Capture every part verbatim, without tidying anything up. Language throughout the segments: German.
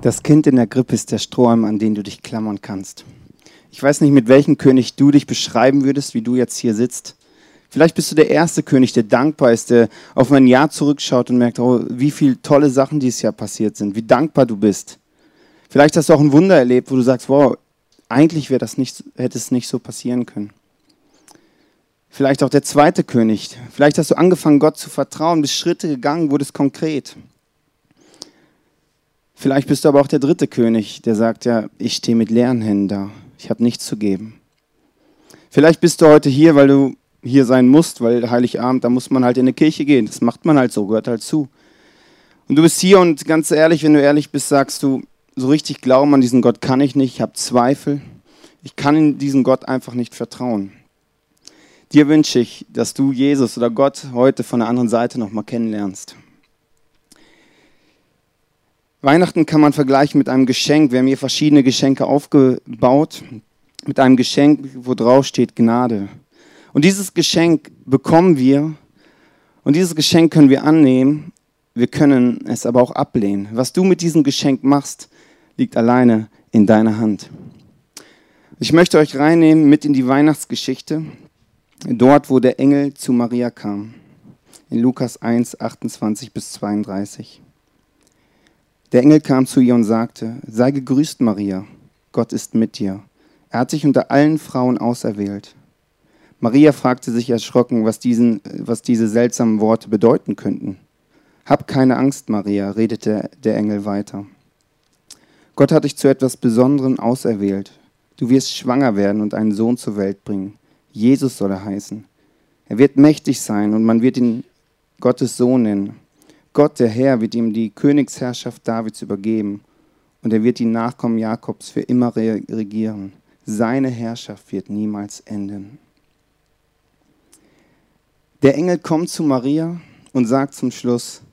Das Kind in der Krippe ist der Strohhalm, an den du dich klammern kannst. Ich weiß nicht, mit welchem König du dich beschreiben würdest, wie du jetzt hier sitzt. Vielleicht bist du der erste König, der dankbar ist, der auf ein Jahr zurückschaut und merkt, oh, wie viele tolle Sachen dieses Jahr passiert sind, wie dankbar du bist. Vielleicht hast du auch ein Wunder erlebt, wo du sagst, wow, eigentlich wäre das nicht, hätte es nicht so passieren können. Vielleicht auch der zweite König. Vielleicht hast du angefangen, Gott zu vertrauen, bist Schritte gegangen, wurdest konkret. Vielleicht bist du aber auch der dritte König, der sagt, ja, ich stehe mit leeren Händen da. Ich habe nichts zu geben. Vielleicht bist du heute hier, weil du hier sein musst, weil Heiligabend, da muss man halt in eine Kirche gehen. Das macht man halt so, gehört halt zu. Und du bist hier und ganz ehrlich, wenn du ehrlich bist, sagst du, so richtig glauben an diesen Gott kann ich nicht, ich habe Zweifel. Ich kann in diesen Gott einfach nicht vertrauen. Dir wünsche ich, dass du Jesus oder Gott heute von der anderen Seite nochmal kennenlernst. Weihnachten kann man vergleichen mit einem Geschenk. Wir haben hier verschiedene Geschenke aufgebaut, mit einem Geschenk, wo drauf steht Gnade. Und dieses Geschenk bekommen wir und dieses Geschenk können wir annehmen, wir können es aber auch ablehnen. Was du mit diesem Geschenk machst, liegt alleine in deiner Hand. Ich möchte euch reinnehmen mit in die Weihnachtsgeschichte, dort wo der Engel zu Maria kam, in Lukas eins, achtundzwanzig bis zweiunddreißig. Der Engel kam zu ihr und sagte, sei gegrüßt, Maria, Gott ist mit dir. Er hat dich unter allen Frauen auserwählt. Maria fragte sich erschrocken, was, diesen, was diese seltsamen Worte bedeuten könnten. Hab keine Angst, Maria, redete der Engel weiter. Gott hat dich zu etwas Besonderem auserwählt. Du wirst schwanger werden und einen Sohn zur Welt bringen. Jesus soll er heißen. Er wird mächtig sein und man wird ihn Gottes Sohn nennen. Gott, der Herr, wird ihm die Königsherrschaft Davids übergeben und er wird die Nachkommen Jakobs für immer regieren. Seine Herrschaft wird niemals enden. Der Engel kommt zu Maria und sagt zum Schluss,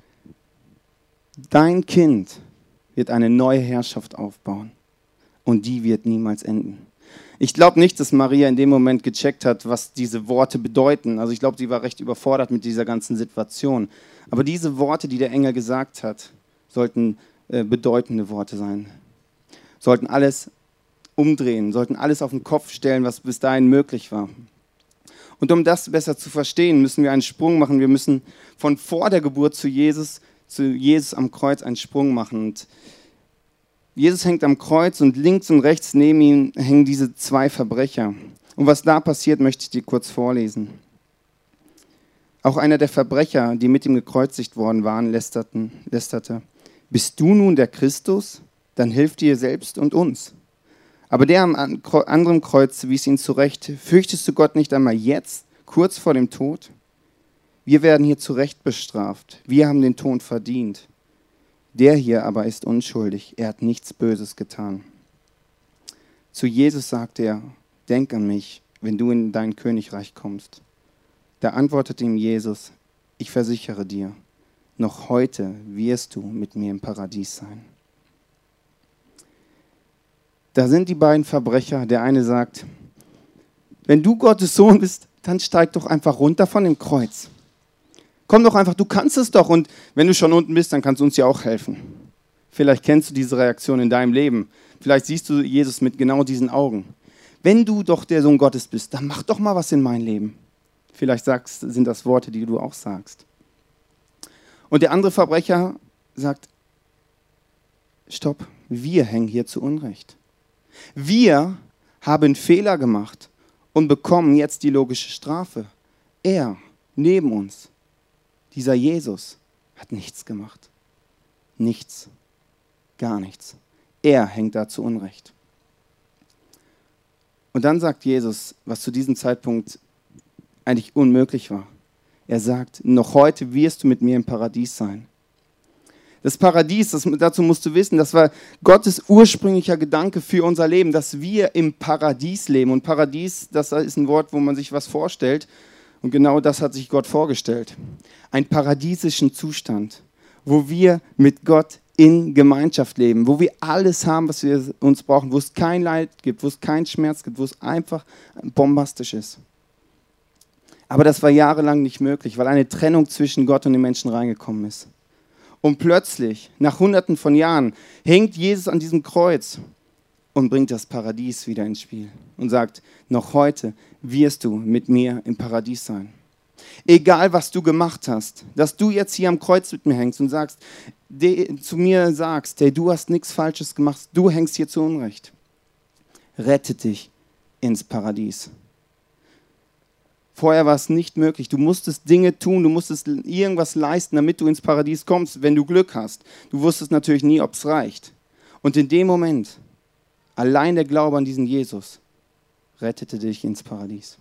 dein Kind wird eine neue Herrschaft aufbauen und die wird niemals enden. Ich glaube nicht, dass Maria in dem Moment gecheckt hat, was diese Worte bedeuten. Also ich glaube, sie war recht überfordert mit dieser ganzen Situation. Aber diese Worte, die der Engel gesagt hat, sollten äh, bedeutende Worte sein. Sollten alles umdrehen, sollten alles auf den Kopf stellen, was bis dahin möglich war. Und um das besser zu verstehen, müssen wir einen Sprung machen. Wir müssen von vor der Geburt zu Jesus, zu Jesus am Kreuz einen Sprung machen. Und Jesus hängt am Kreuz und links und rechts neben ihm hängen diese zwei Verbrecher. Und was da passiert, möchte ich dir kurz vorlesen. Auch einer der Verbrecher, die mit ihm gekreuzigt worden waren, lästerten, lästerte, bist du nun der Christus? Dann hilf dir selbst und uns. Aber der am anderen Kreuz wies ihn zurecht. Fürchtest du Gott nicht einmal jetzt, kurz vor dem Tod? Wir werden hier zurecht bestraft. Wir haben den Tod verdient. Der hier aber ist unschuldig. Er hat nichts Böses getan. Zu Jesus sagte er, denk an mich, wenn du in dein Königreich kommst. Da antwortete ihm Jesus, ich versichere dir, noch heute wirst du mit mir im Paradies sein. Da sind die beiden Verbrecher. Der eine sagt, wenn du Gottes Sohn bist, dann steig doch einfach runter von dem Kreuz. Komm doch einfach, du kannst es doch. Und wenn du schon unten bist, dann kannst du uns ja auch helfen. Vielleicht kennst du diese Reaktion in deinem Leben. Vielleicht siehst du Jesus mit genau diesen Augen. Wenn du doch der Sohn Gottes bist, dann mach doch mal was in mein Leben. Vielleicht sagst, sind das Worte, die du auch sagst. Und der andere Verbrecher sagt, stopp, wir hängen hier zu Unrecht. Wir haben Fehler gemacht und bekommen jetzt die logische Strafe. Er, neben uns, dieser Jesus, hat nichts gemacht. Nichts. Gar nichts. Er hängt da zu Unrecht. Und dann sagt Jesus, was zu diesem Zeitpunkt eigentlich unmöglich war. Er sagt, noch heute wirst du mit mir im Paradies sein. Das Paradies, das, dazu musst du wissen, das war Gottes ursprünglicher Gedanke für unser Leben, dass wir im Paradies leben. Und Paradies, das ist ein Wort, wo man sich was vorstellt. Und genau das hat sich Gott vorgestellt. Einen paradiesischen Zustand, wo wir mit Gott in Gemeinschaft leben, wo wir alles haben, was wir uns brauchen, wo es kein Leid gibt, wo es keinen Schmerz gibt, wo es einfach bombastisch ist. Aber das war jahrelang nicht möglich, weil eine Trennung zwischen Gott und den Menschen reingekommen ist. Und plötzlich, nach hunderten von Jahren, hängt Jesus an diesem Kreuz und bringt das Paradies wieder ins Spiel und sagt, noch heute wirst du mit mir im Paradies sein. Egal, was du gemacht hast, dass du jetzt hier am Kreuz mit mir hängst und sagst, de, zu mir sagst, hey, du hast nichts Falsches gemacht, du hängst hier zu Unrecht. Rette dich ins Paradies. Vorher war es nicht möglich. Du musstest Dinge tun, du musstest irgendwas leisten, damit du ins Paradies kommst, wenn du Glück hast. Du wusstest natürlich nie, ob es reicht. Und in dem Moment, allein der Glaube an diesen Jesus, rettete dich ins Paradies.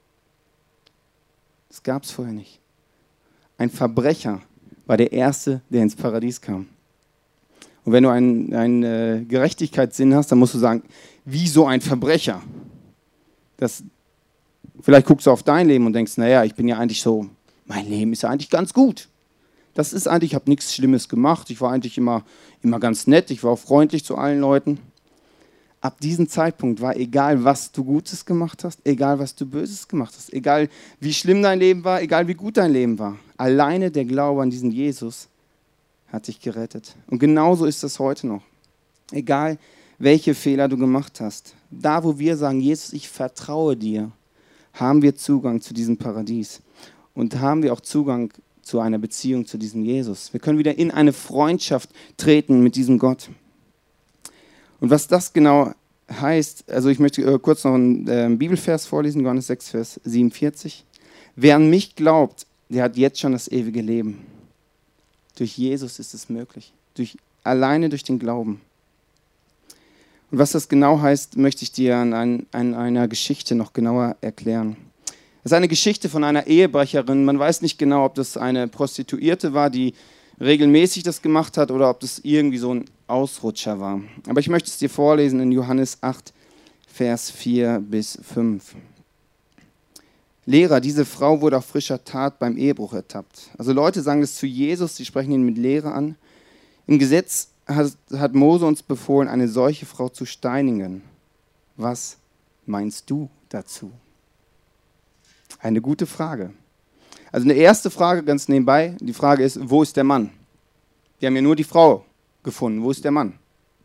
Das gab es vorher nicht. Ein Verbrecher war der Erste, der ins Paradies kam. Und wenn du einen, einen äh, Gerechtigkeitssinn hast, dann musst du sagen, wieso ein Verbrecher? Das, vielleicht guckst du auf dein Leben und denkst, naja, ich bin ja eigentlich so, mein Leben ist ja eigentlich ganz gut. Das ist eigentlich, ich habe nichts Schlimmes gemacht, ich war eigentlich immer, immer ganz nett, ich war auch freundlich zu allen Leuten. Ab diesem Zeitpunkt war egal, was du Gutes gemacht hast, egal, was du Böses gemacht hast, egal, wie schlimm dein Leben war, egal, wie gut dein Leben war. Alleine der Glaube an diesen Jesus hat dich gerettet. Und genauso ist das heute noch. Egal, welche Fehler du gemacht hast. Da, wo wir sagen, Jesus, ich vertraue dir, haben wir Zugang zu diesem Paradies. Und haben wir auch Zugang zu einer Beziehung zu diesem Jesus. Wir können wieder in eine Freundschaft treten mit diesem Gott. Und was das genau heißt, also ich möchte äh, kurz noch einen äh, Bibelvers vorlesen, Johannes sechs, Vers siebenundvierzig. Wer an mich glaubt, der hat jetzt schon das ewige Leben. Durch Jesus ist es möglich. Durch, alleine durch den Glauben. Und was das genau heißt, möchte ich dir an, ein, an einer Geschichte noch genauer erklären. Das ist eine Geschichte von einer Ehebrecherin. Man weiß nicht genau, ob das eine Prostituierte war, die regelmäßig das gemacht hat oder ob das irgendwie so ein Ausrutscher war. Aber ich möchte es dir vorlesen in Johannes acht, Vers vier bis fünf. Lehrer, diese Frau wurde auf frischer Tat beim Ehebruch ertappt. Also Leute sagen das zu Jesus, sie sprechen ihn mit Lehre an. Im Gesetz hat, hat Mose uns befohlen, eine solche Frau zu steinigen. Was meinst du dazu? Eine gute Frage. Also eine erste Frage ganz nebenbei, die Frage ist, wo ist der Mann? Wir haben ja nur die Frau gefunden, wo ist der Mann?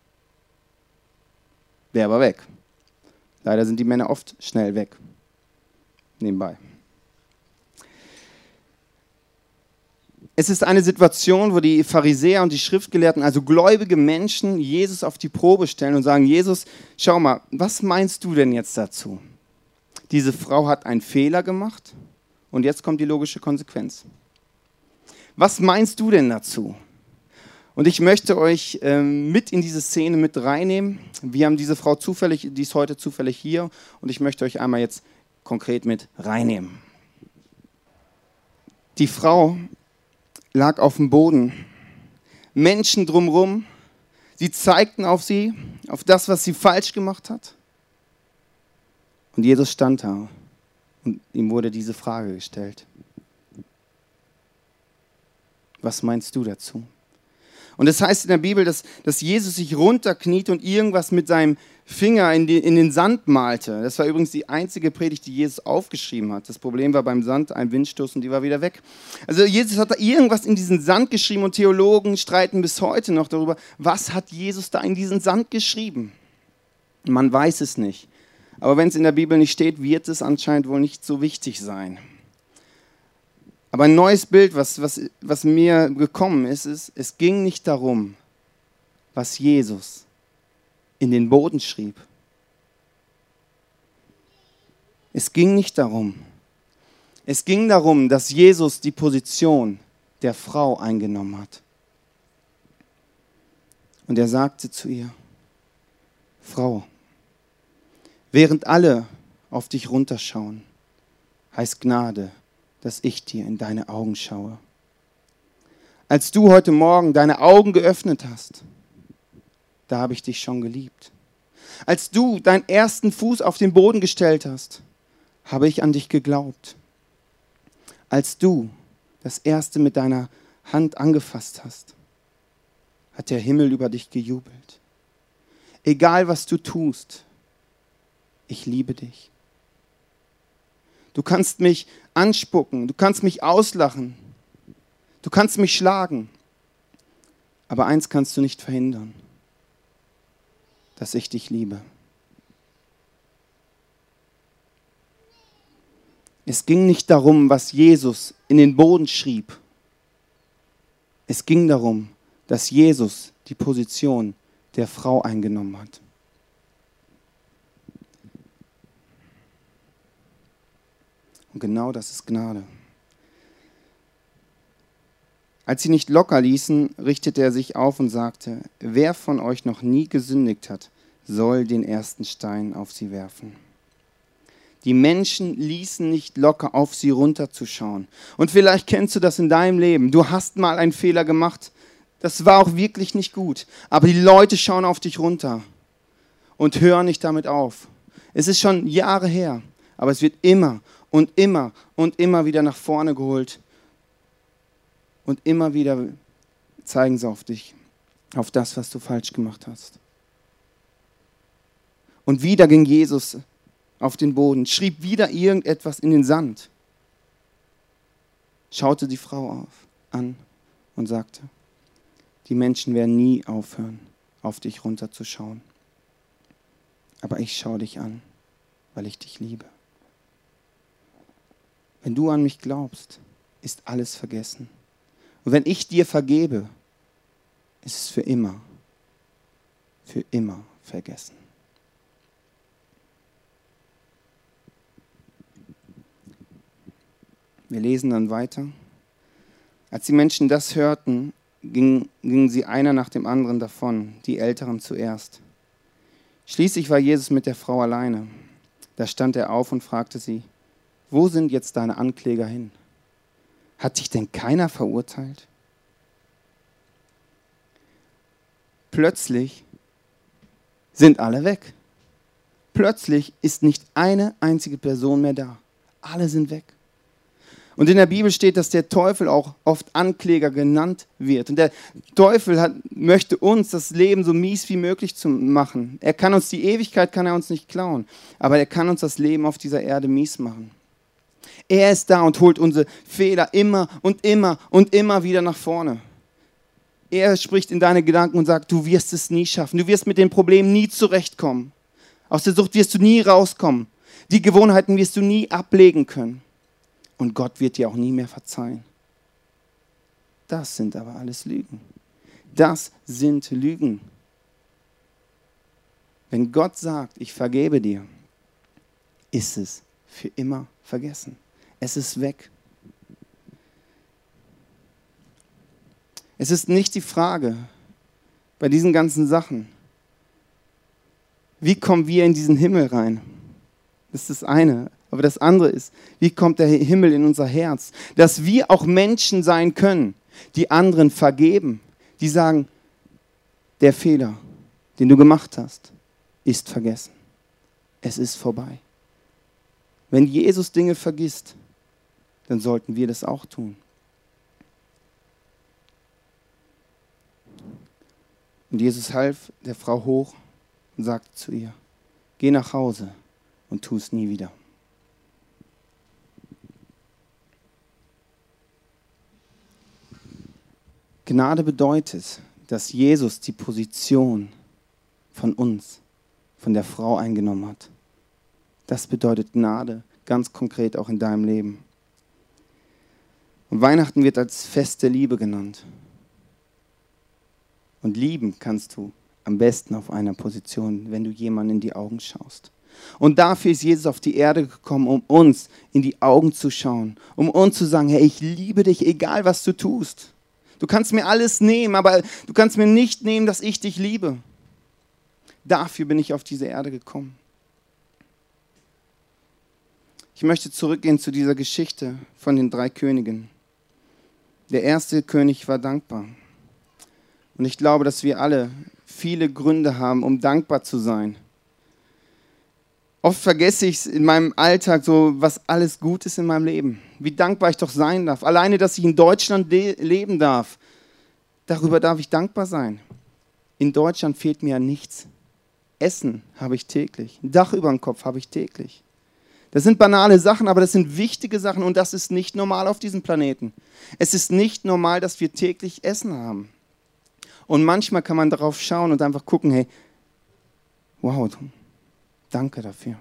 Der war weg. Leider sind die Männer oft schnell weg. Nebenbei. Es ist eine Situation, wo die Pharisäer und die Schriftgelehrten, also gläubige Menschen, Jesus auf die Probe stellen und sagen, Jesus, schau mal, was meinst du denn jetzt dazu? Diese Frau hat einen Fehler gemacht und jetzt kommt die logische Konsequenz. Was meinst du denn dazu? Und ich möchte euch ähm, mit in diese Szene mit reinnehmen. Wir haben diese Frau zufällig, die ist heute zufällig hier und ich möchte euch einmal jetzt konkret mit reinnehmen. Die Frau lag auf dem Boden. Menschen drumherum, sie zeigten auf sie, auf das, was sie falsch gemacht hat. Und Jesus stand da und ihm wurde diese Frage gestellt. Was meinst du dazu? Und es heißt in der Bibel, dass, dass Jesus sich runterkniet und irgendwas mit seinem Finger in, die, in den Sand malte. Das war übrigens die einzige Predigt, die Jesus aufgeschrieben hat. Das Problem war beim Sand ein Windstoß und die war wieder weg. Also Jesus hat da irgendwas in diesen Sand geschrieben und Theologen streiten bis heute noch darüber, was hat Jesus da in diesen Sand geschrieben? Man weiß es nicht. Aber wenn es in der Bibel nicht steht, wird es anscheinend wohl nicht so wichtig sein. Aber ein neues Bild, was, was, was mir gekommen ist, ist, es ging nicht darum, was Jesus in den Boden schrieb. Es ging nicht darum. Es ging darum, dass Jesus die Position der Frau eingenommen hat. Und er sagte zu ihr, Frau, während alle auf dich runterschauen, heißt Gnade, dass ich dir in deine Augen schaue. Als du heute Morgen deine Augen geöffnet hast, da habe ich dich schon geliebt. Als du deinen ersten Fuß auf den Boden gestellt hast, habe ich an dich geglaubt. Als du das erste mit deiner Hand angefasst hast, hat der Himmel über dich gejubelt. Egal was du tust, ich liebe dich. Du kannst mich anspucken, du kannst mich auslachen, du kannst mich schlagen. Aber eins kannst du nicht verhindern, dass ich dich liebe. Es ging nicht darum, was Jesus in den Boden schrieb. Es ging darum, dass Jesus die Position der Frau eingenommen hat. Und genau das ist Gnade. Als sie nicht locker ließen, richtete er sich auf und sagte, wer von euch noch nie gesündigt hat, soll den ersten Stein auf sie werfen. Die Menschen ließen nicht locker, auf sie runterzuschauen. Und vielleicht kennst du das in deinem Leben. Du hast mal einen Fehler gemacht. Das war auch wirklich nicht gut. Aber die Leute schauen auf dich runter und hören nicht damit auf. Es ist schon Jahre her, aber es wird immer und immer und immer wieder nach vorne geholt. Und immer wieder zeigen sie auf dich, auf das, was du falsch gemacht hast. Und wieder ging Jesus auf den Boden, schrieb wieder irgendetwas in den Sand, schaute die Frau auf, an und sagte, die Menschen werden nie aufhören, auf dich runterzuschauen. Aber ich schaue dich an, weil ich dich liebe. Wenn du an mich glaubst, ist alles vergessen. Und wenn ich dir vergebe, ist es für immer, für immer vergessen. Wir lesen dann weiter. Als die Menschen das hörten, gingen, gingen sie einer nach dem anderen davon, die Älteren zuerst. Schließlich war Jesus mit der Frau alleine. Da stand er auf und fragte sie, wo sind jetzt deine Ankläger hin? Hat dich denn keiner verurteilt? Plötzlich sind alle weg. Plötzlich ist nicht eine einzige Person mehr da. Alle sind weg. Und in der Bibel steht, dass der Teufel auch oft Ankläger genannt wird. Und der Teufel hat, möchte uns das Leben so mies wie möglich zu machen. Er kann uns die Ewigkeit, kann er uns nicht klauen, aber er kann uns das Leben auf dieser Erde mies machen. Er ist da und holt unsere Fehler immer und immer und immer wieder nach vorne. Er spricht in deine Gedanken und sagt, du wirst es nie schaffen. Du wirst mit den Problemen nie zurechtkommen. Aus der Sucht wirst du nie rauskommen. Die Gewohnheiten wirst du nie ablegen können. Und Gott wird dir auch nie mehr verzeihen. Das sind aber alles Lügen. Das sind Lügen. Wenn Gott sagt, ich vergebe dir, ist es für immer vergessen. Es ist weg. Es ist nicht die Frage bei diesen ganzen Sachen, wie kommen wir in diesen Himmel rein? Das ist das eine. Aber das andere ist, wie kommt der Himmel in unser Herz? Dass wir auch Menschen sein können, die anderen vergeben, die sagen, der Fehler, den du gemacht hast, ist vergessen. Es ist vorbei. Wenn Jesus Dinge vergisst, dann sollten wir das auch tun. Und Jesus half der Frau hoch und sagte zu ihr, geh nach Hause und tu es nie wieder. Gnade bedeutet, dass Jesus die Position von uns, von der Frau eingenommen hat. Das bedeutet Gnade, ganz konkret auch in deinem Leben. Und Weihnachten wird als Fest der Liebe genannt. Und lieben kannst du am besten auf einer Position, wenn du jemanden in die Augen schaust. Und dafür ist Jesus auf die Erde gekommen, um uns in die Augen zu schauen, um uns zu sagen, hey, ich liebe dich, egal was du tust. Du kannst mir alles nehmen, aber du kannst mir nicht nehmen, dass ich dich liebe. Dafür bin ich auf diese Erde gekommen. Ich möchte zurückgehen zu dieser Geschichte von den drei Königen. Der erste König war dankbar. Und ich glaube, dass wir alle viele Gründe haben, um dankbar zu sein. Oft vergesse ich es in meinem Alltag, so was alles gut ist in meinem Leben. Wie dankbar ich doch sein darf. Alleine, dass ich in Deutschland le- leben darf, darüber darf ich dankbar sein. In Deutschland fehlt mir ja nichts. Essen habe ich täglich. Ein Dach über dem Kopf habe ich täglich. Das sind banale Sachen, aber das sind wichtige Sachen und das ist nicht normal auf diesem Planeten. Es ist nicht normal, dass wir täglich Essen haben. Und manchmal kann man darauf schauen und einfach gucken, hey, wow, danke dafür.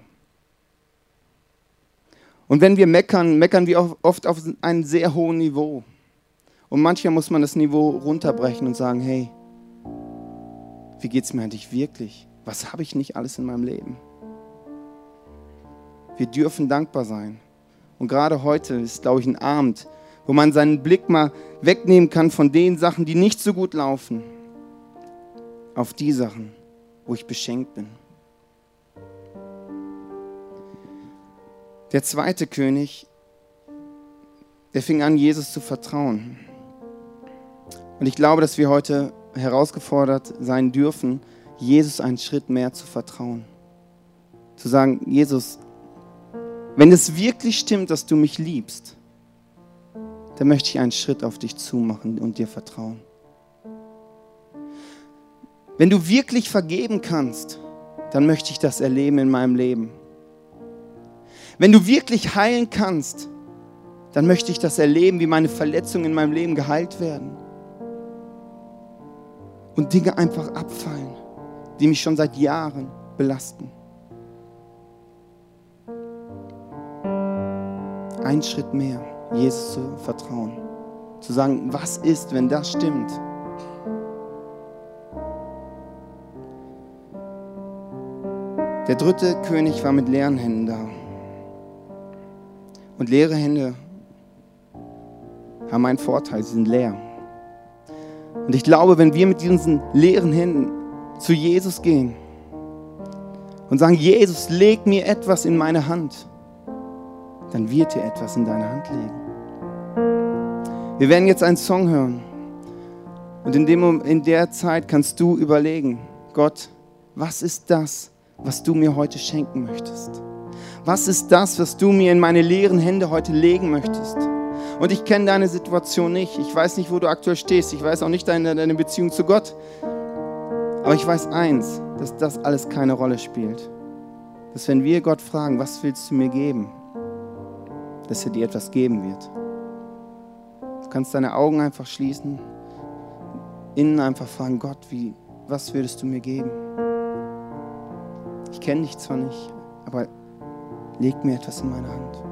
Und wenn wir meckern, meckern wir oft auf einem sehr hohen Niveau. Und manchmal muss man das Niveau runterbrechen und sagen, hey, wie geht es mir eigentlich wirklich? Was habe ich nicht alles in meinem Leben? Wir dürfen dankbar sein. Und gerade heute ist, glaube ich, ein Abend, wo man seinen Blick mal wegnehmen kann von den Sachen, die nicht so gut laufen, auf die Sachen, wo ich beschenkt bin. Der zweite König, der fing an, Jesus zu vertrauen. Und ich glaube, dass wir heute herausgefordert sein dürfen, Jesus einen Schritt mehr zu vertrauen. Zu sagen, Jesus, wenn es wirklich stimmt, dass du mich liebst, dann möchte ich einen Schritt auf dich zumachen und dir vertrauen. Wenn du wirklich vergeben kannst, dann möchte ich das erleben in meinem Leben. Wenn du wirklich heilen kannst, dann möchte ich das erleben, wie meine Verletzungen in meinem Leben geheilt werden. Und Dinge einfach abfallen, die mich schon seit Jahren belasten. Ein Schritt mehr, Jesus zu vertrauen. Zu sagen, was ist, wenn das stimmt? Der dritte König war mit leeren Händen da. Und leere Hände haben einen Vorteil, sie sind leer. Und ich glaube, wenn wir mit diesen leeren Händen zu Jesus gehen und sagen, Jesus, leg mir etwas in meine Hand, dann wird er etwas in deine Hand legen. Wir werden jetzt einen Song hören. Und in, dem, in der Zeit kannst du überlegen, Gott, was ist das, was du mir heute schenken möchtest? Was ist das, was du mir in meine leeren Hände heute legen möchtest? Und ich kenne deine Situation nicht. Ich weiß nicht, wo du aktuell stehst. Ich weiß auch nicht deine, deine Beziehung zu Gott. Aber ich weiß eins, dass das alles keine Rolle spielt. Dass wenn wir Gott fragen, was willst du mir geben? Dass er dir etwas geben wird. Du kannst deine Augen einfach schließen. Innen einfach fragen, Gott, wie, was würdest du mir geben? Ich kenne dich zwar nicht, aber leg mir etwas in meine Hand.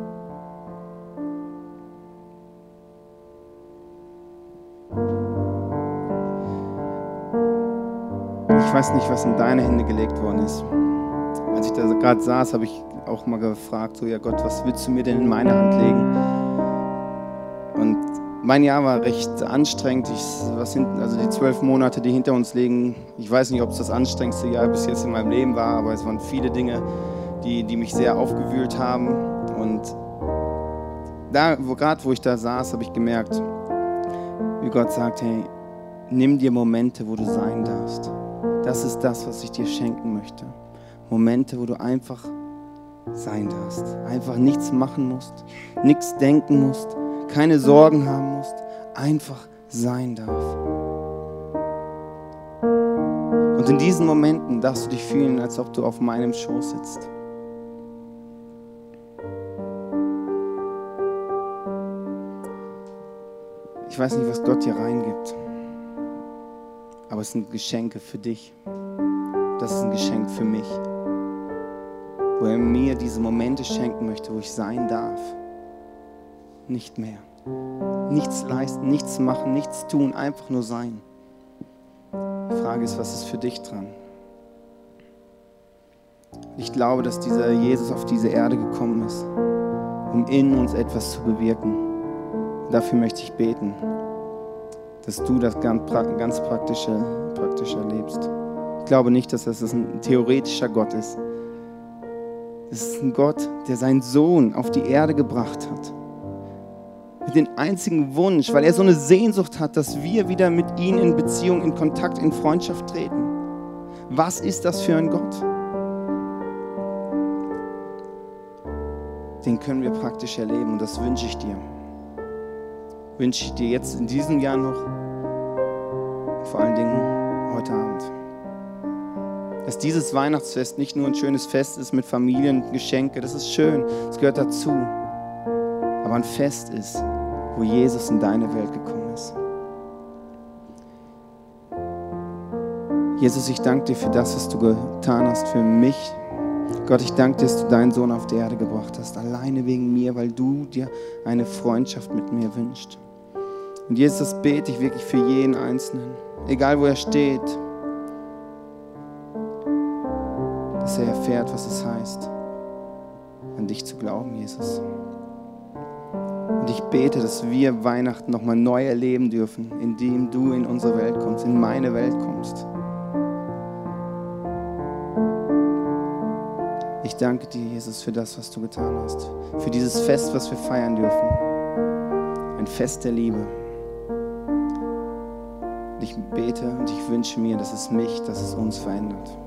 Ich weiß nicht, was in deine Hände gelegt worden ist. Als ich da gerade saß, habe ich auch mal gefragt, so, ja Gott, was willst du mir denn in meine Hand legen? Und mein Jahr war recht anstrengend. Ich, was sind, also die zwölf Monate, die hinter uns liegen, ich weiß nicht, ob es das anstrengendste Jahr bis jetzt in meinem Leben war, aber es waren viele Dinge, die, die mich sehr aufgewühlt haben. Und da, wo, gerade wo ich da saß, habe ich gemerkt, wie Gott sagt, hey, nimm dir Momente, wo du sein darfst. Das ist das, was ich dir schenken möchte. Momente, wo du einfach sein darfst. Einfach nichts machen musst, nichts denken musst, keine Sorgen haben musst, einfach sein darf. Und in diesen Momenten darfst du dich fühlen, als ob du auf meinem Schoß sitzt. Ich weiß nicht, was Gott dir reingibt, aber es sind Geschenke für dich. Das ist ein Geschenk für mich, wo er mir diese Momente schenken möchte, wo ich sein darf. Nicht mehr. Nichts leisten, nichts machen, nichts tun, einfach nur sein. Die Frage ist, was ist für dich dran? Ich glaube, dass dieser Jesus auf diese Erde gekommen ist, um in uns etwas zu bewirken. Dafür möchte ich beten, dass du das ganz, ganz praktische, praktisch erlebst. Ich glaube nicht, dass das ein theoretischer Gott ist. Es ist ein Gott, der seinen Sohn auf die Erde gebracht hat. Mit dem einzigen Wunsch, weil er so eine Sehnsucht hat, dass wir wieder mit ihm in Beziehung, in Kontakt, in Freundschaft treten. Was ist das für ein Gott? Den können wir praktisch erleben und das wünsche ich dir. Wünsche ich dir jetzt in diesem Jahr noch, vor allen Dingen heute Abend. Dass dieses Weihnachtsfest nicht nur ein schönes Fest ist mit Familien und Geschenke, das ist schön, das gehört dazu. Aber ein Fest ist, wo Jesus in deine Welt gekommen ist. Jesus, ich danke dir für das, was du getan hast für mich. Gott, ich danke dir, dass du deinen Sohn auf die Erde gebracht hast, alleine wegen mir, weil du dir eine Freundschaft mit mir wünschst. Und Jesus, das bete ich wirklich für jeden Einzelnen, egal wo er steht, dass er erfährt, was es heißt, an dich zu glauben, Jesus. Und ich bete, dass wir Weihnachten nochmal neu erleben dürfen, indem du in unsere Welt kommst, in meine Welt kommst. Ich danke dir, Jesus, für das, was du getan hast, für dieses Fest, was wir feiern dürfen. Ein Fest der Liebe. Und ich bete und ich wünsche mir, dass es mich, dass es uns verändert.